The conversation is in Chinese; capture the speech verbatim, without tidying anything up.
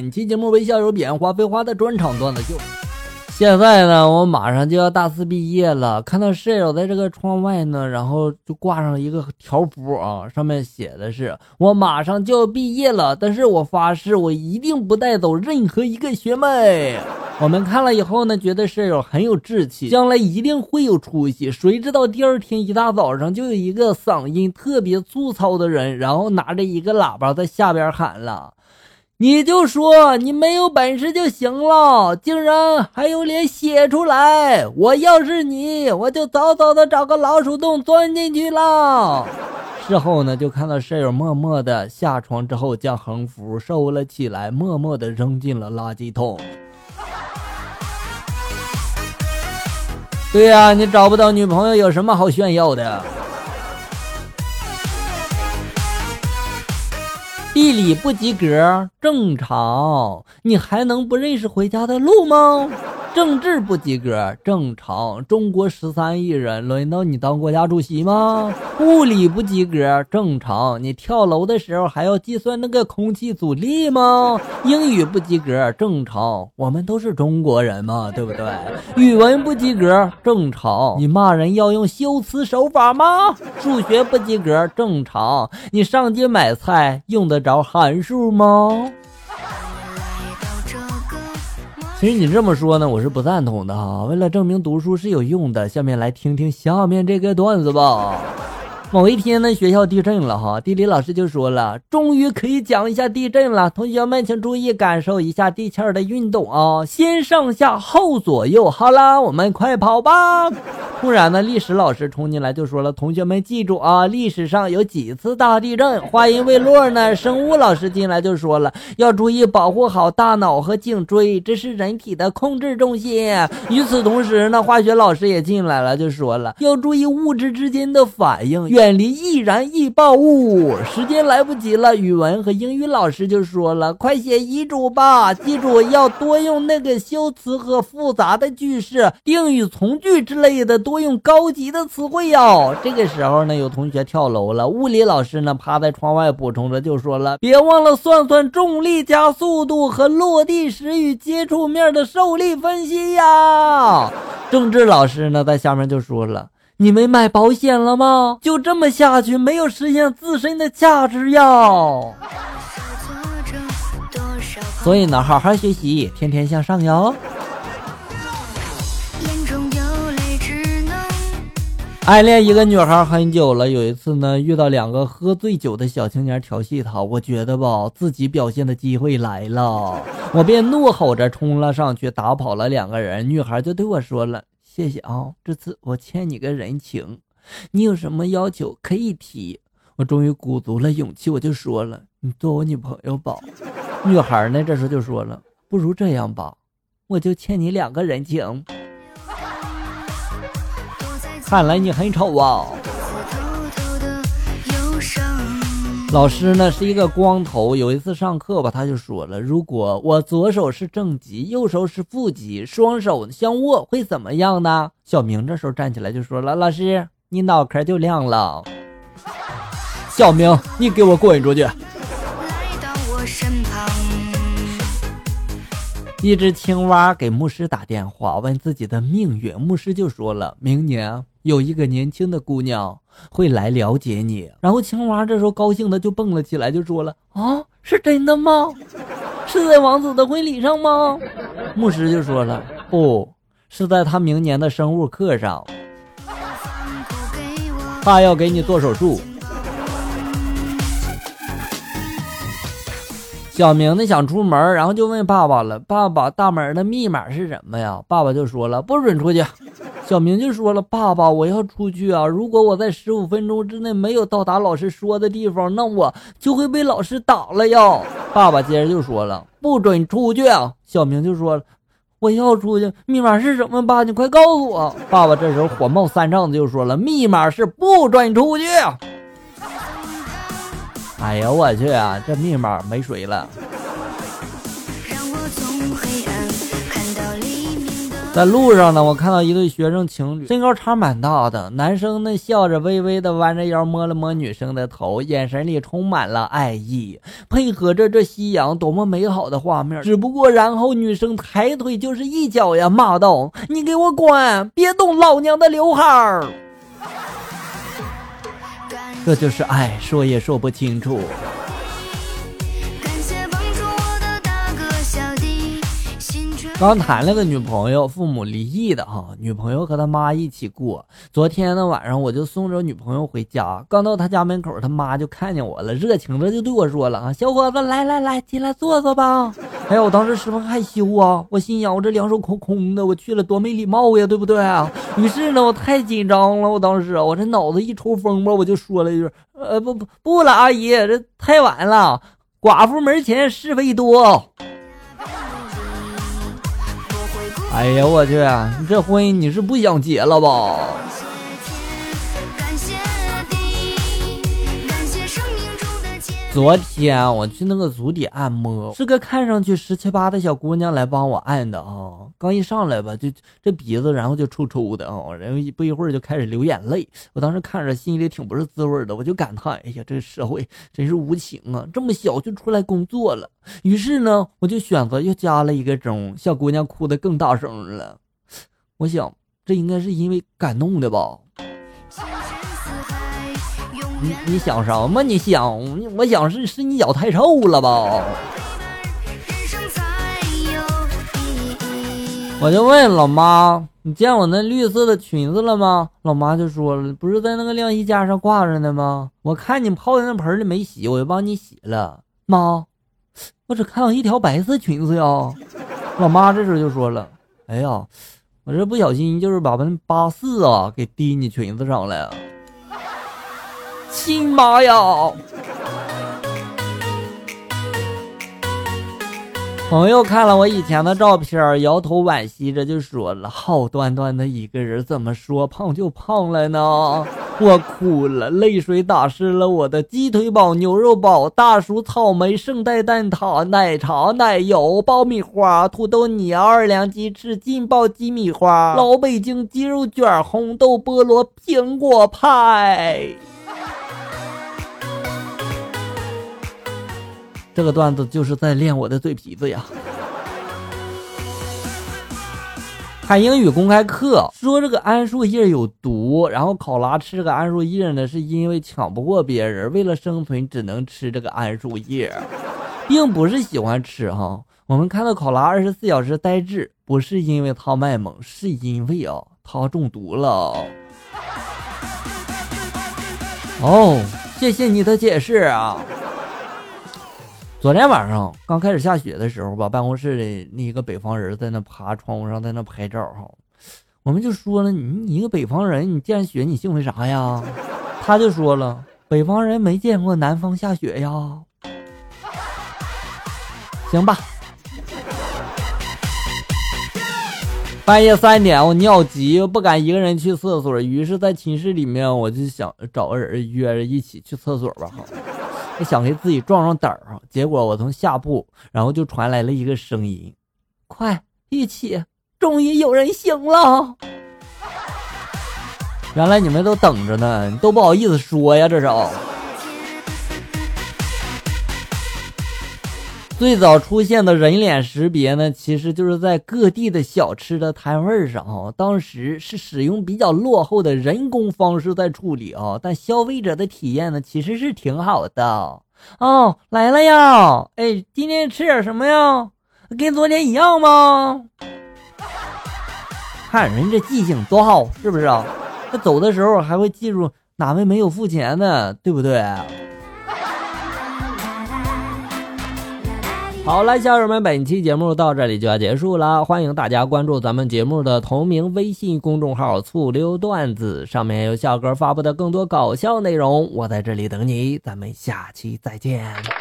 本期节目为校友扁花废话的专场段子秀。现在呢，我马上就要大四毕业了，看到室友在这个窗外呢，然后就挂上一个条幅啊，上面写的是我马上就要毕业了，但是我发誓我一定不带走任何一个学妹。我们看了以后呢，觉得室友很有志气，将来一定会有出息。谁知道第二天一大早上就有一个嗓音特别粗糙的人，然后拿着一个喇叭在下边喊了，你就说你没有本事就行了，竟然还有脸写出来，我要是你我就早早的找个老鼠洞钻进去了。事后呢，就看到室友默默的下床之后将横幅收了起来，默默的扔进了垃圾桶。对呀、啊，你找不到女朋友有什么好炫耀的？地理不及格正常，你还能不认识回家的路吗？政治不及格正常，中国十三亿人轮到你当国家主席吗？物理不及格正常，你跳楼的时候还要计算那个空气阻力吗？英语不及格正常，我们都是中国人嘛，对不对？语文不及格正常，你骂人要用修辞手法吗？数学不及格正常，你上街买菜用得着函数吗？其实你这么说呢，我是不赞同的哈。为了证明读书是有用的，下面来听听下面这个段子吧。某一天呢，学校地震了哈，地理老师就说了，终于可以讲一下地震了，同学们请注意感受一下地壳的运动啊，先上下后左右，好啦，我们快跑吧。突然呢，历史老师冲进来就说了，同学们记住啊，历史上有几次大地震。话音未落呢，生物老师进来就说了，要注意保护好大脑和颈椎，这是人体的控制中心。与此同时呢，化学老师也进来了，就说了，要注意物质之间的反应，远离易燃易爆物。时间来不及了，语文和英语老师就说了，快写遗嘱吧，记住要多用那个修辞和复杂的句式，定语从句之类的，多用高级的词汇哟。这个时候呢，有同学跳楼了，物理老师呢趴在窗外补充着就说了，别忘了算算重力加速度和落地时与接触面的受力分析呀。政治老师呢在下面就说了，你们买保险了吗？就这么下去没有实现自身的价值呀。所以呢，好好学习，天天向上哟。暗恋一个女孩很久了，有一次呢，遇到两个喝醉酒的小青年调戏她，我觉得吧，自己表现的机会来了，我便怒吼着冲了上去，打跑了两个人。女孩就对我说了，谢谢啊，这次我欠你个人情，你有什么要求可以提。我终于鼓足了勇气，我就说了，你做我女朋友吧。女孩呢这时候就说了，不如这样吧，我就欠你两个人情。看来你很丑啊。老师呢是一个光头，有一次上课吧，他就说了，如果我左手是正极，右手是负极，双手相握会怎么样呢？小明这时候站起来就说了，老师你脑壳就亮了。小明你给我滚出去。一只青蛙给牧师打电话问自己的命运，牧师就说了，明年有一个年轻的姑娘会来了解你。然后青蛙这时候高兴的就蹦了起来，就说了，啊，是真的吗？是在王子的婚礼上吗？牧师就说了，不是在他明年的生物课上，他要给你做手术。小明呢想出门，然后就问爸爸了，爸爸大门的密码是什么呀？爸爸就说了，不准出去。小明就说了，爸爸我要出去啊，如果我在十五分钟之内没有到达老师说的地方，那我就会被老师打了呀。爸爸接着就说了，不准出去啊。小明就说了，我要出去，密码是什么？爸你快告诉我。爸爸这时候火冒三丈的就说了，密码是不准出去。哎呀我去啊，这密码没水了。 在路上呢，我看到一对学生情侣，身高差蛮大的，男生呢笑着微微的弯着腰摸了摸女生的头，眼神里充满了爱意，配合着这夕阳，多么美好的画面。只不过然后女生抬腿就是一脚呀，骂道：你给我滚，别动老娘的刘海儿。这就是爱，说也说不清楚。刚谈了个女朋友，父母离异的哈，女朋友和他妈一起过。昨天呢晚上我就送着女朋友回家，刚到他家门口，他妈就看见我了，热情的就对我说了啊，小伙子，来来来，进来坐坐吧。哎呀，我当时十分害羞啊，我心想我这两手空空的，我去了多没礼貌呀，对不对啊？于是呢，我太紧张了，我当时啊，我这脑子一抽风吧，我就说了一句，呃不不不了，阿姨，这太晚了，寡妇门前是非多。哎呀，我去，你这婚姻你是不想结了吧？昨天我去那个足底按摩，是个看上去十七八的小姑娘来帮我按的啊。刚一上来吧，就这鼻子然后就抽抽的啊，然后不一会儿就开始流眼泪。我当时看着心里挺不是滋味的，我就感叹，哎呀，这社会真是无情啊，这么小就出来工作了。于是呢，我就选择又加了一个钟，小姑娘哭得更大声了。我想这应该是因为感动的吧。你你想什么？你想，我想是是你脚太臭了吧？我就问老妈，你见我那绿色的裙子了吗？老妈就说了，不是在那个晾衣架上挂着呢吗？我看你泡在那盆里没洗，我就帮你洗了。妈，我只看到一条白色裙子呀。老妈这时候就说了，哎呀，我这不小心就是把那八四啊给滴你裙子上了。亲妈呀！朋友看了我以前的照片，摇头惋惜着就说了，好端端的一个人，怎么说胖就胖了呢？我哭了，泪水打湿了我的鸡腿堡、牛肉堡、大薯草莓、圣代蛋挞、奶茶、奶油、爆米花、土豆泥、二两鸡翅、劲爆鸡米花、老北京鸡肉卷、红豆菠萝苹果派。这个段子就是在练我的嘴皮子呀。看英语公开课说这个桉树叶有毒，然后考拉吃这个桉树叶呢，是因为抢不过别人，为了生存只能吃这个桉树叶，并不是喜欢吃哈。我们看到考拉二十四小时呆滞，不是因为他卖萌，是因为啊他中毒了。哦，谢谢你的解释啊。昨天晚上刚开始下雪的时候吧，办公室里那一个北方人在那爬窗户上，在那拍照哈。我们就说了，你你一个北方人，你见雪你兴奋啥呀？他就说了，北方人没见过南方下雪呀。行吧。半夜三点我尿急，不敢一个人去厕所，于是在寝室里面我就想找个人约着一起去厕所吧哈。我想给自己壮壮胆儿，结果我从下铺，然后就传来了一个声音：快一起，终于有人醒了。原来你们都等着呢，你都不好意思说呀，这是。最早出现的人脸识别呢，其实就是在各地的小吃的摊位上啊，当时是使用比较落后的人工方式在处理啊，但消费者的体验呢其实是挺好的。哦，来了呀！哎，今天吃点什么呀？跟昨天一样吗？看人这记性多好，是不是啊？他走的时候还会记住哪位没有付钱呢，对不对？好了，小友们，本期节目到这里就要结束了，欢迎大家关注咱们节目的同名微信公众号醋溜段子，上面有笑哥发布的更多搞笑内容，我在这里等你，咱们下期再见。